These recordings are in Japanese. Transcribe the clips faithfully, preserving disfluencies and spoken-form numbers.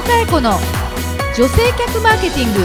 野佳恵子の女性客マーケティング。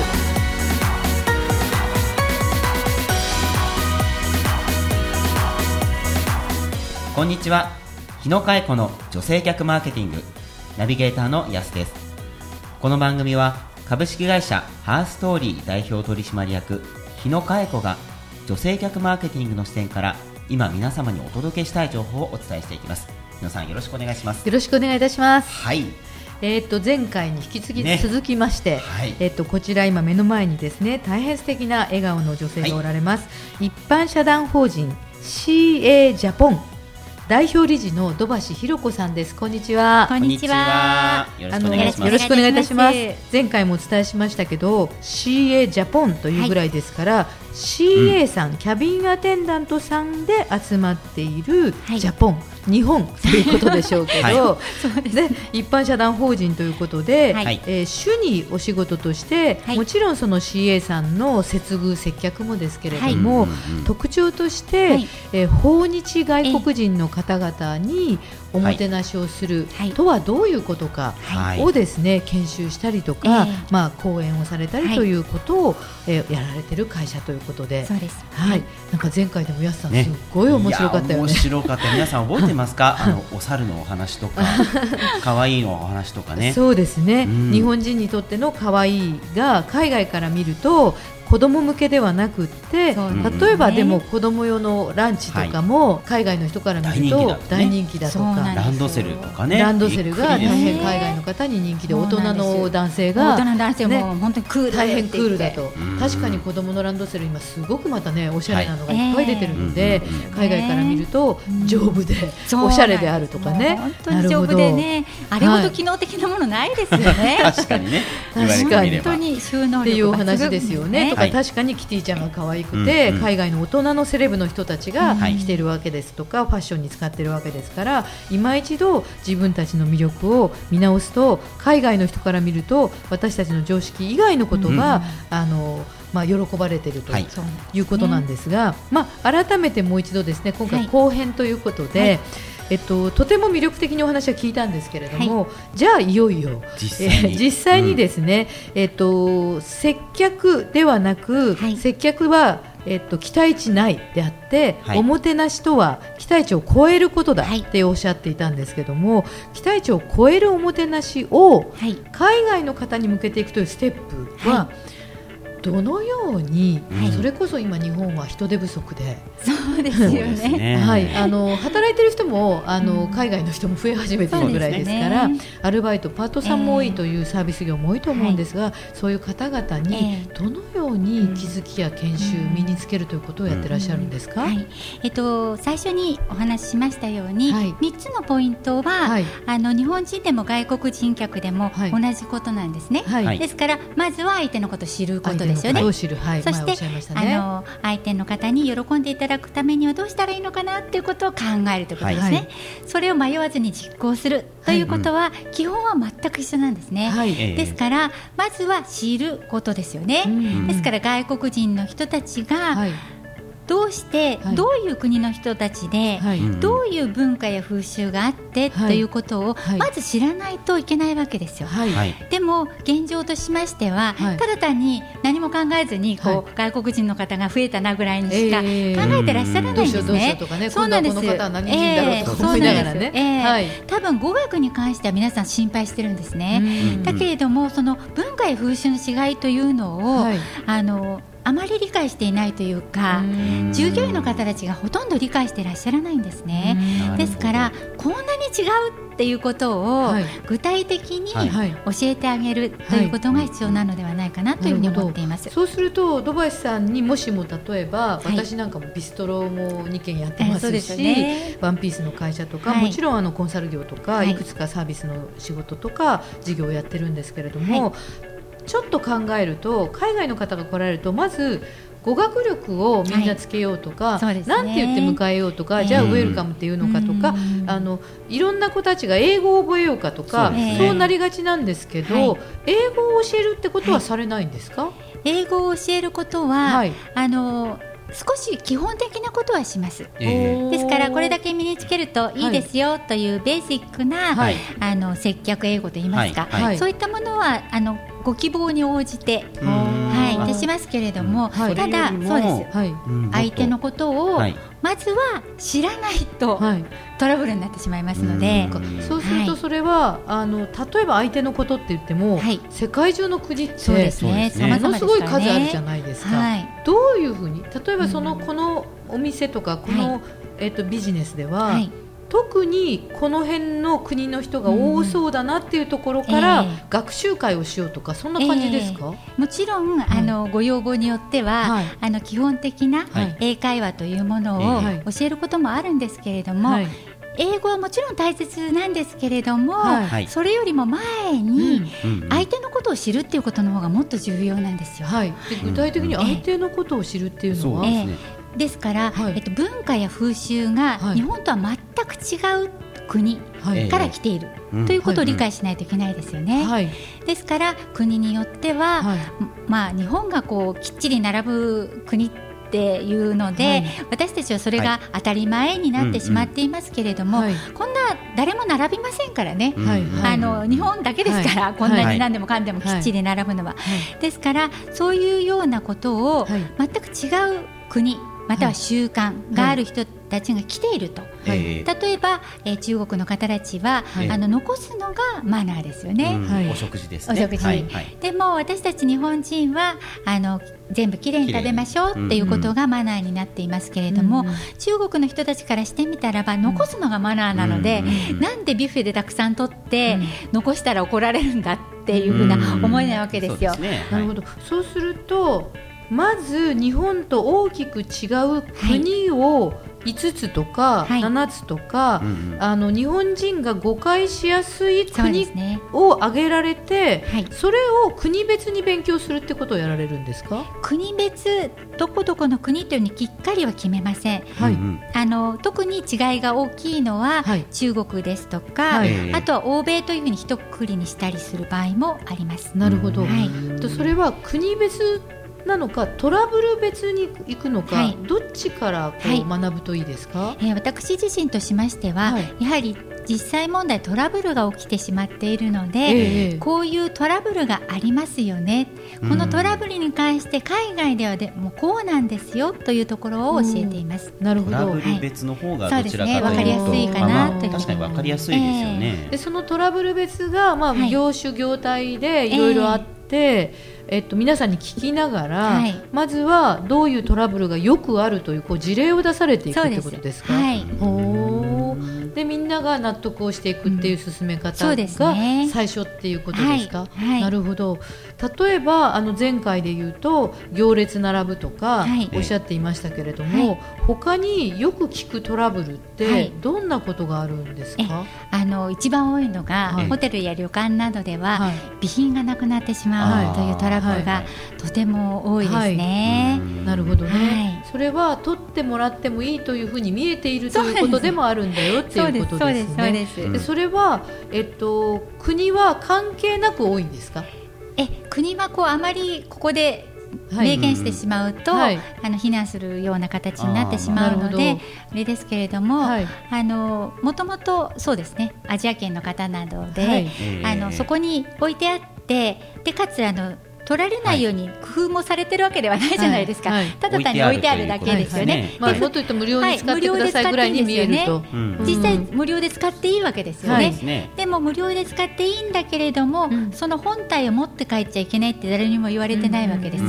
こんにちは。日野佳恵子の女性客マーケティングナビゲーターの安です。この番組は株式会社ハーストーリー代表取締役日野佳恵子が女性客マーケティングの視点から今皆様にお届けしたい情報をお伝えしていきます。皆さんよろしくお願いします。 よろしくお願いいたします。 はい。 えー、と前回に引き続き、 ね、 続きまして、 はい、 えー、とこちら今目の前にですね大変素敵な笑顔の女性がおられます、はい、一般社団法人 シーエー ジャポン代表理事の土橋弘子さんです。こんにちは。 こんにちは。 よろしくお願いします。 よろしくお願いいたします。前回もお伝えしましたけど シーエー ジャポンというぐらいですから、はい、シーエー さん、うん、キャビンアテンダントさんで集まっているジャポン、はい、日本ということでしょうけど、はい、そうですね、一般社団法人ということで、はい、えー、主にお仕事として、はい、もちろんその シーエー さんの接遇接客もですけれども、はい、特徴として、はい、えー、訪日外国人の方々におもてなしをするとはどういうことかをですね、研修したりとか、はい、まあ、講演をされたりということを、はい、えー、やられている会社ということで、 そうです、 はい、なんか前回でも安さん、ね、すごい面白かったよね。 面白かった。皆さん覚えてますか？あのお猿のお話とか可愛いのお話とかね。 そうですね、うん、日本人にとっての可愛いが海外から見ると子供向けではなくって、例えばでも子供用のランチとかも海外の人から見ると大人気だとか、 ランドセルとかね、 ランドセルが大変海外の方に人気で、大人の男性が大人の男性も本当にクール大変クールだと。確かに子供のランドセル今すごくまたねおしゃれなのがいっぱい出てるので、海外から見ると丈夫でおしゃれであるとかね、 本当に丈夫でね、あれほど機能的なものないですよね。 確かにね、 確かに本当に収納力がすごいっていうお話ですよね。とか確かにキティちゃんが可愛くて、うんうん、海外の大人のセレブの人たちが着てるわけですとか、うん、ファッションに使ってるわけですから、今一度自分たちの魅力を見直すと、海外の人から見ると私たちの常識以外のことが、うん、あのまあ、喜ばれていると、はい、いうことなんですが、まあ、改めてもう一度ですね、今回後編ということで、はいはい、えっと、とても魅力的にお話は聞いたんですけれども、はい、じゃあいよいよ実際に、えー、実際にですね、うん、えっと、接客ではなく、はい、接客は、えっと、期待値内であって、はい、おもてなしとは期待値を超えることだっておっしゃっていたんですけども、はい、期待値を超えるおもてなしを海外の方に向けていくというステップは、はい、どのように、はい、それこそ今日本は人手不足で、 そうですよね、 はい、あの働いてる人もあの、うん、海外の人も増え始めているぐらいですから、ね、アルバイトパートさんも多いというサービス業も多いと思うんですが、えー、そういう方々にどのように気づきや研修、うん、身につけるということをやってらっしゃるんですか？ うん、はい、えっと、最初にお話ししましたように、はい、みっつのポイントは、はい、あの日本人でも外国人客でも同じことなんですね、はい、ですからまずは相手のことを知ることですよね。 知る、はい、 そして、ね、あの相手の方に喜んでいただくためにはどうしたらいいのかなということを考えるということですね、はい、それを迷わずに実行するということは、はい、基本は全く一緒なんですね、はい、ですからまずは知ることですよね、うん、ですから外国人の人たちが、はい、どうしてどういう国の人たちで、はい、どういう文化や風習があって、はい、ということをまず知らないといけないわけですよ、はい、でも現状としましては、はい、ただ単に何も考えずにこう、はい、外国人の方が増えたなぐらいにしか考えてらっしゃらないんですね。 そうなんです。この方は何人だろうとか思いながらね、 えーはい、多分語学に関しては皆さん心配してるんですね。だけれどもその文化や風習の違いというのを、はい、あのあまり理解していないというか、従業員の方たちがほとんど理解していらっしゃらないんですね。ですからこんなに違うっていうことを具体的に教えてあげるということが必要なのではないかなというふうに思っています。 そうすると土橋さんにもしも例えば、はい、私なんかもビストロもにけんやってますし、ね、ワンピースの会社とか、はい、もちろんあのコンサル業とか、はい、いくつかサービスの仕事とか事業をやってるんですけれども、はい、ちょっと考えると海外の方が来られるとまず語学力をみんなつけようとか、はい、ね、なんて言って迎えようとか、えー、じゃあウェルカムっていうのかとか、あのいろんな子たちが英語を覚えようかとか、 そう、ね、そうなりがちなんですけど、はい、英語を教えるってことはされないんですか？はい、 英語を教えることは、はい、あの少し基本的なことはします、 えー、ですからこれだけ身につけるといいですよというベーシックな、はい、あの接客英語といいますか、はいはい、そういったものはあのご希望に応じて、はい、でしますけれども、はい、ただそうです、はい、相手のことをまずは知らないとトラブルになってしまいますので、 はい、そうするとそれは、はい、あの例えば相手のことって言っても、はい、世界中の国ってそうですね、 ものすごい数あるじゃないですか、はい、どういうふうに例えばその、このお店とかこの、はい、えっと、ビジネスでは、はい、特にこの辺の国の人が多そうだなっていうところから学習会をしようとか、そんな感じですか？ えー、もちろん、はい、あのご要望によっては、はい、あの基本的な英会話というものを教えることもあるんですけれども、はい、英語はもちろん大切なんですけれども、はい、それよりも前に相手のことを知るっていうことの方がもっと重要なんですよ、はい、 で具体的に相手のことを知るっていうのは、 えーですから、はい、えっと、文化や風習が日本とは全く違う国から来ている、はい、ということを理解しないといけないですよね、はい、ですから国によっては、はい、まあ、日本がこうきっちり並ぶ国っていうので、はい、私たちはそれが当たり前になってしまっていますけれども、はい、こんな誰も並びませんからね、はい、あの日本だけですから、はい、こんなに何でもかんでもきっちり並ぶのは、はい、ですからそういうようなことを全く違う国または習慣がある人たちが来ていると、はい、例えば、えー、中国の方たちは、はい、あの残すのがマナーですよね、 はい、お食事ですね、 お食事、はいはい、でも私たち日本人はあの全部きれいに食べましょうっていうことがマナーになっていますけれども、うんうん、中国の人たちからしてみたらば残すのがマナーなので、うんうん、なんでビュッフェでたくさん取って、うん、残したら怒られるんだっていうふうな思いなわけですよ、うん、そうですね、 なるほど、そうするとまず日本と大きく違う国をいつつとかななつとか、はい、あの日本人が誤解しやすい国を挙げられて そ,、ね、それを国別に勉強するってことをやられるんですか？ 国別どこどこの国というふうにきっかりは決めません、はい、あの特に違いが大きいのは、はい、中国ですとか、はい、あとは欧米というふうに一括りにしたりする場合もあります。 なるほど、はい、とそれは国別なのかトラブル別に行くのか、はい、どっちからこう学ぶといいですか？はい、 えー、私自身としましては、はい、やはり実際問題トラブルが起きてしまっているので、えー、こういうトラブルがありますよね、このトラブルに関して海外ではでもこうなんですよというところを教えています。 なるほど、 トラブル別の方がどちらかというと、 はい、そうですね、分かりやすいかなという、 確かに分かりやすいですよね、 えー、でそのトラブル別が、まあ、業種業態でいろいろあって、えーえっと、皆さんに聞きながら、はい、まずはどういうトラブルがよくあるという、こう事例を出されていくってことですか？はい、ほー、でみんなが納得をしていくっていう進め方が最初っていうことですか？はいはい、なるほど。例えばあの前回で言うと行列並ぶとかおっしゃっていましたけれども、はい、他によく聞くトラブルってどんなことがあるんですか？はい、 あの一番多いのが、はい、ホテルや旅館などでは、はい、備品がなくなってしまうというトラブルがとても多いですね。 はいはい、なるほどね、はい、それは取ってもらってもいいというふうに見えているということでもあるんだよっていうことですね。そうです、そうです。でそれは、えっと、国は関係なく多いんですか？ え国はこうあまりここで明言してしまうと、はい、あの非難するような形になってしまうので あ, あれですけれども、はい、あのもともとそうですね、アジア圏の方などで、はい、あのそこに置いてあって、でかつあの取られないように工夫もされてるわけではないじゃないですか、はいはい、ただ単に置いてあるだけですよね。 もっと言うと無料に使ってくださいぐらいに見えると、 実際無料で使っていいわけですよね、はい、でも無料で使っていいんだけれども、うん、その本体を持って帰っちゃいけないって誰にも言われてないわけですよ、うん、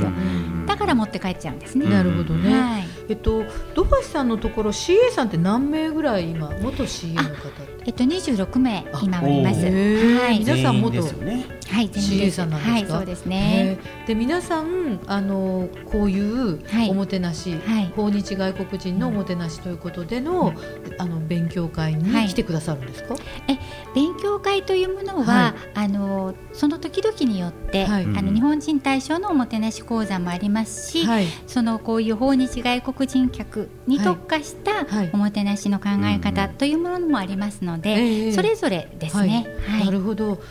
だから持って帰っちゃうんですね。 なるほどね、はい、えっと、土橋さんのところ シーエー さんって何名ぐらい今元 シーエー の方って、 えっと、にじゅうろくめい今おります。 はい、皆さん元、ね、 はい、 シーエー さんなんですか？はい、 そうですね。 で皆さんあのこういうおもてなし、はい、訪日外国人のおもてなしということでの、うん、あの勉強会に来てくださるんですか？はい、 え勉強会というものは、はい、あのその時々によって、はい、あの日本人対象のおもてなし講座もありますし、はい、そのこういう訪日外国人客に特化したおもてなしの考え方というものもありますので、はいはい、それぞれですね。 はいはい、なるほど。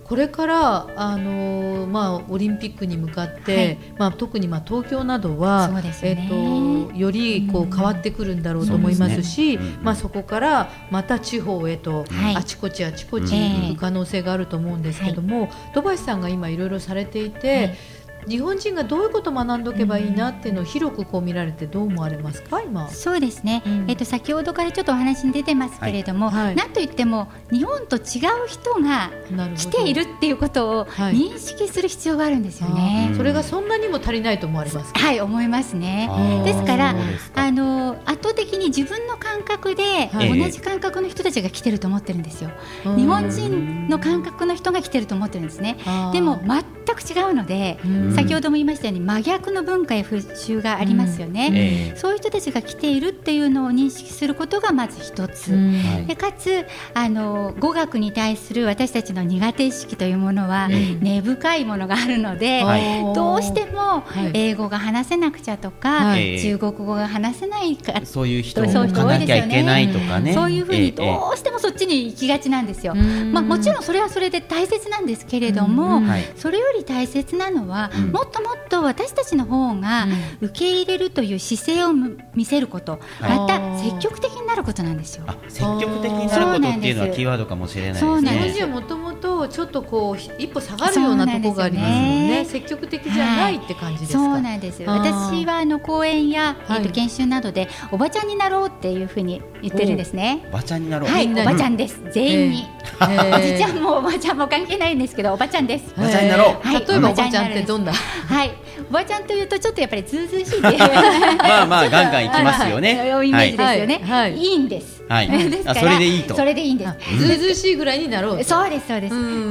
これからあの、まあ、オリンピックに向かって、はい、まあ、特にまあ東京などは、ね、えー、とよりこう変わってくるんだろうと思いますし、うん、まあ、そこからまた地方へと、はい、あちこちあちこち行く可能性があると思うんですけども、はい、土橋さんが今いろいろされていて、はい、日本人がどういうことを学んでおけばいいなっていうのを広くこう見られてどう思われますか今。 そうですね、うん、えー、と先ほどからちょっとお話に出てますけれども、はいはい、なんといっても日本と違う人が来ているっていうことを認識する必要があるんですよね、 はい、それがそんなにも足りないと思われますか。 はい思いますね。ですからあの圧倒的に自分の感覚で同じ感覚の人たちが来てると思ってるんですよ、はい、日本人の感覚の人が来てると思ってるんですね。でも全く違うので、先ほども言いましたように真逆の文化や風習がありますよね、うん、えー、そういう人たちが来ているっていうのを認識することがまず一つ、うん、でかつあの語学に対する私たちの苦手意識というものは根深いものがあるので、うん、どうしても英語が話せなくちゃとか、はい、中国語が話せないか、 そういう人を置かなきゃいけないとかね、 そういうふうにどうしてもそっちに行きがちなんですよ、えーまあ、もちろんそれはそれで大切なんですけれども、うんはい、それより大切なのは、うん、もっともっと私たちの方が受け入れるという姿勢を見せること、うん、また積極的になることなんですよ。 あ、積極的になることっていうのはキーワードかもしれないですね。 そうなんですよ。もともとちょっとこう一歩下がるようなところがありますもんね。積極的じゃないって感じですか。 そうなんです。私はあの講演や、えー、と研修などでおばちゃんになろうっていうふうに言ってるんですね。 おばちゃんになろう、 はい、おばちゃんです、全員に、えー、おじちゃんもおばちゃんも関係ないんですけどおばちゃんです。 おばちゃんになろう、 はい、例えばおばちゃんってどんなはい、おばちゃんというとちょっとやっぱりずうずうしいでまあまあガンガンいきますよね、 はいはい、イメージですよね、はいはい、いいんです、 はい、ですからそれでいいと、 それでいいんです。 ずうずうしいぐらいになろう。 そうですそうです。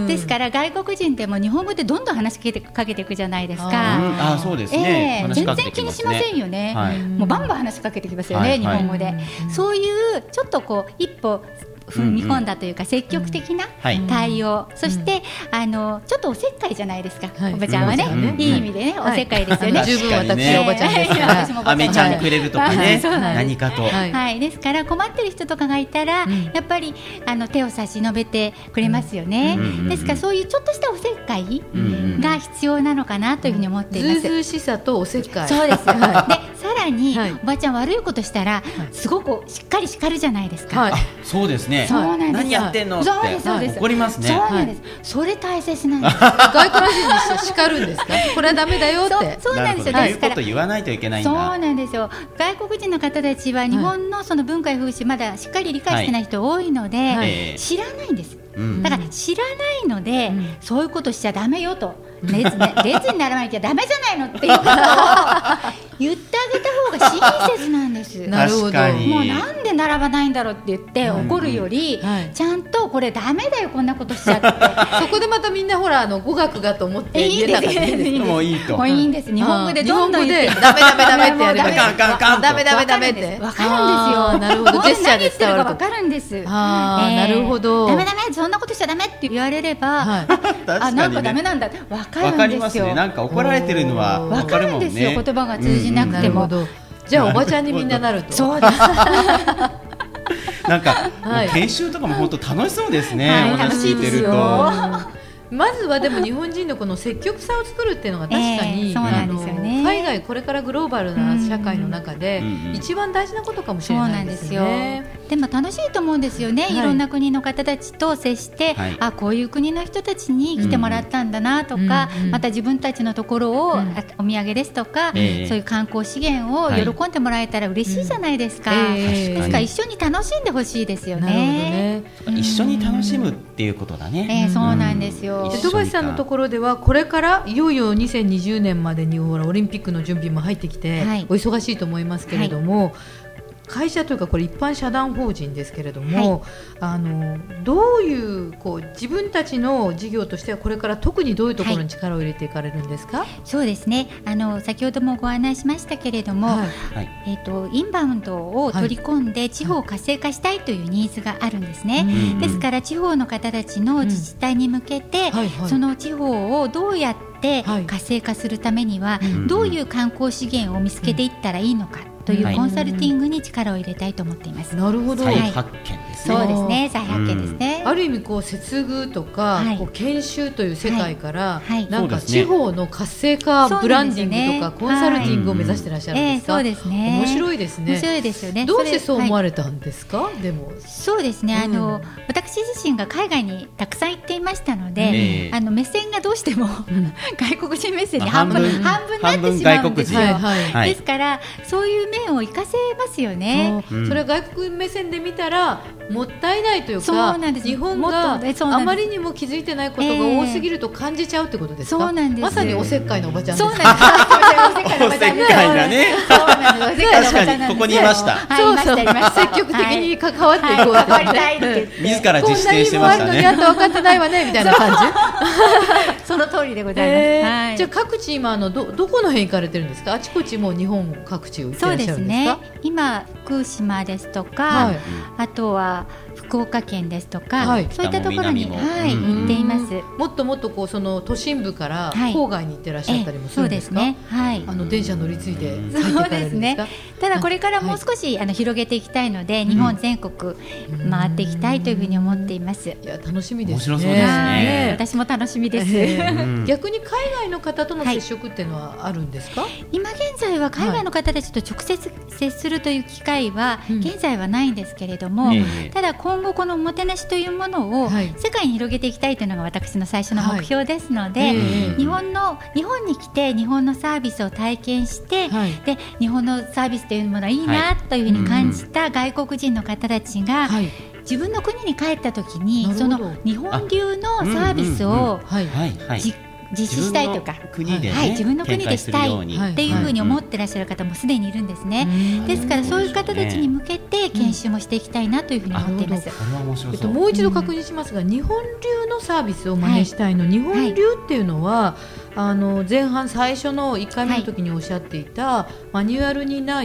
ですから外国人でも日本語でどんどん話しかけて、かけていくじゃないですか。 ああそうですね、 えー、全然気にしませんよね、はい、もうバンバン話しかけてきますよね、はい、日本語で、はい、そういうちょっとこう一歩踏み込んだというか積極的な対応、そしてあのちょっとおせっかいじゃないですか、おばちゃんはね、いい意味でねおせっかいですよね。 十分私おばちゃんですからアメちゃんくれるとかね、何かと、 はいですから困ってる人とかがいたらやっぱりあの手を差し伸べてくれますよね。ですからそういうちょっとしたおせっかいが必要なのかなというふうに思っています。 ずうずうしさとおせっかい、 そうです。でさらにおばちゃん悪いことしたらすごくしっかり叱るじゃないですか。 そうですね。 そうなんです。 何やってんのって怒りますね。 そうなんです。それ大切なんです。 外国人に叱るんですか。これはダメだよって。 そうなんですよ。 言うこと言わないといけないんだ。 そうなんですよ。外国人の方たちは日本のその文化や風習まだしっかり理解してない人多いので知らないんです。だから知らないのでそういうことしちゃダメよと、列にならなきゃダメじゃないのっていうことを言ってあげた方が親切なんです。 なるほど。 もうなんで並ばないんだろうって言って怒るより、ちゃんとこれダメだよこんなことしちゃってそこでまたみんなほらあの語学がと思って言えたからいいです。 もういいと。 もういいんです。日本語でどんどん言ってダメダメダメってやる。 カンカンカンダメダメダメってわかるんですよ。 なるほど。ジェスチャーで伝わるとわかるんです。 ああなるほど。 ダメダメそんなことしちゃダメって言われれば、あなんかダメなんだってわかるんですよ。 なんか怒られてるのはわかるんですよ。言葉が通じなくても。 じゃあおばちゃんにみんななると。 そうです。 なんか研修とかも本当楽しそうですね。お話聞いてると。 まずはでも日本人のこの積極さを作るっていうのが確かに、 えー、そうなんですよね。 海外これからグローバルな社会の中で一番大事なことかもしれないですね。そうなんですよ。 でも楽しいと思うんですよね、はい、いろんな国の方たちと接して、はい、あこういう国の人たちに来てもらったんだなとか、うん、また自分たちのところを、うん、お土産ですとか、えー、そういう観光資源を喜んでもらえたら嬉しいじゃないですか、はい、ですから一緒に楽しんでほしいですよね。 なるほどね。一緒に楽しむっていうことだね、 えー、そうなんですよ。 土橋さんのところではこれからいよいよにせんにじゅうねんまでにほらオリンピックの準備も入ってきて、はい、お忙しいと思いますけれども、はい、会社というかこれ一般社団法人ですけれども、はい、あのどういう、こう自分たちの事業としてはこれから特にどういうところに力を入れていかれるんですか。はい、 そうですね、あの先ほどもご案内しましたけれども、はいえー、とインバウンドを取り込んで地方を活性化したいというニーズがあるんですね。はい、ですから地方の方たちの自治体に向けて、うんはいはい、その地方をどうやって活性化するためには、はい、どういう観光資源を見つけていったらいいのか、 というコンサルティングに力を入れたいと思っています。 なるほど。 再発見ですね。 そうですね、再発見ですね。 ある意味こう接遇とか、はい、こう研修という世界から、はい、なんか地方の活性化、ブランディングとかコンサルティングを目指してらっしゃるんですか。 そうですね。 面白いですね。 面白いですよね。 どうしてそう思われたんですか。でもそうですね、あの、うん、私自身が海外にたくさん行っていましたので、あの目線がどうしても、うん、外国人目線に半分、まあ、半分半分になってしまうんですよ。はいはい、ですからそういう面を生かせますよね。 うん、それは外国目線で見たらもったいないというか、そうなんです。日本があまりにも気づいてないことが多すぎると感じちゃうってことですか。そうなんです。まさにおせっかいのおばちゃんです。そうなんです。 おせっかいだね。確かにここにいました。 そうそう。積極的に関わっていこうって。 自ら実践してましたね。こんなにもあるのにあんた分かってないわねみたいな感じ。 その通りでございます。 じゃあ各地今のどどこの辺行かれてるんですか。あちこちも日本各地を行ってらっしゃるんですか。そうですね。 今福島ですとか、あとは福岡県ですとか、はい、そういったところに、はい、行っています。 もっともっとこうその都心部から郊外に行ってらっしゃったりもするんですか。はい、そうですね。はい。あの電車乗り継いで帰ってかれるんですか。 ただこれからもう少し、はい、あの広げていきたいので、日本全国回っていきたいというふうに思っています。いや楽しみですね。 面白そうですね。 私も楽しみです。 逆に海外の方との接触っていうのはあるんですか。はい、 今現在は海外の方たちと直接接するという機会は現在はないんですけれども、うん、ただ今後このおもてなしというものを世界に広げていきたいというのが私の最初の目標ですので、はい、日本の日本に来て日本のサービスを体験して、はい、で日本のサービスというものはいいなというふうに感じた外国人の方たちが、はい、自分の国に帰った時にその日本流のサービスを実施したいとか、 国でね、 はい、自分の国でしたいっていうふうに思ってらっしゃる方もすでにいるんですね。ですからそういう方たちに向けて研修もしていきたいなというふうに思っています。 えっと、もう一度確認しますが、うん、日本流のサービスを真似したいの、はい、日本流っていうのは、あの前半最初のいっかいめの時におっしゃっていた、はい、マニュアルにない、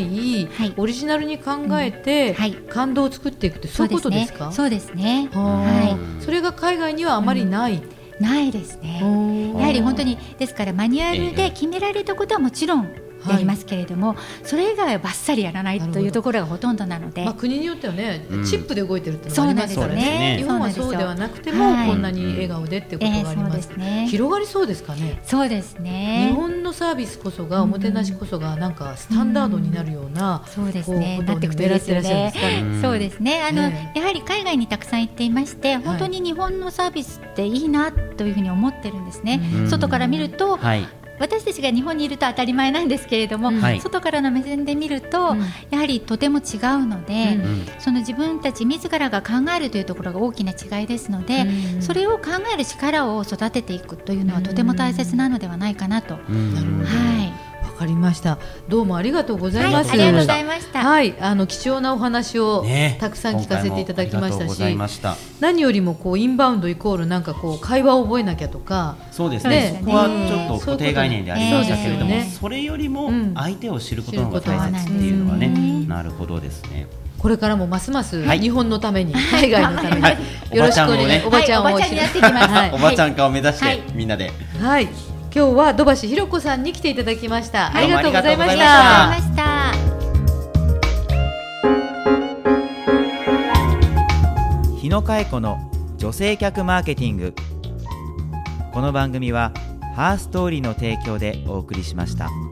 はい、オリジナルに考えて、うんはい、感動を作っていくってそういうことですか。 そうですね。 はい、それが海外にはあまりない、うんないですね。やはり本当にですからマニュアルで決められたことはもちろんやりますけれども、はい、それ以外はバッサリやらないというところがほとんどなので、 まあ、国によってはね、うん、チップで動いてるってのもありますからね。日本はそうではなくても、はい、こんなに笑顔でっていうことがあります、えーそうですね、広がりそうですかね。 そうですね。 日本のサービスこそが、おもてなしこそがなんかスタンダードになるような、 うん、そうですね、なってくるといいですよね。そうですね。あの、えー、やはり海外にたくさん行っていまして、本当に日本のサービスっていいなというふうに思ってるんですね。うん、外から見ると、はい、私たちが日本にいると当たり前なんですけれども、はい、外からの目線で見ると、うん、やはりとても違うので、うん、その自分たち自らが考えるというところが大きな違いですので、うん、それを考える力を育てていくというのはとても大切なのではないかなと、うん、はいわかりました。どうもありがとうございます。 はい、ありがとうございました。 はい、あの貴重なお話をたくさん聞かせていただきましたし、ね、した何よりもこうインバウンドイコールなんかこう会話を覚えなきゃとか、 そうですね。ね、そこはちょっと固定概念でありましたけれども、えー そ, ね、それよりも相手を知ることの方が大切っていうのはね、うん、なるほどですね。 これからもますます日本のために、はい、海外のために、はい、よろしくお願い、おばちゃんを、 おばちゃんにやってきます。 はい、おばちゃん化を目指して、はい、みんなで、 はい、今日は土橋ひろ子さんに来ていただきました。ありがとうございました。 日野佳恵子の女性客マーケティング。この番組はハーストーリーの提供でお送りしました。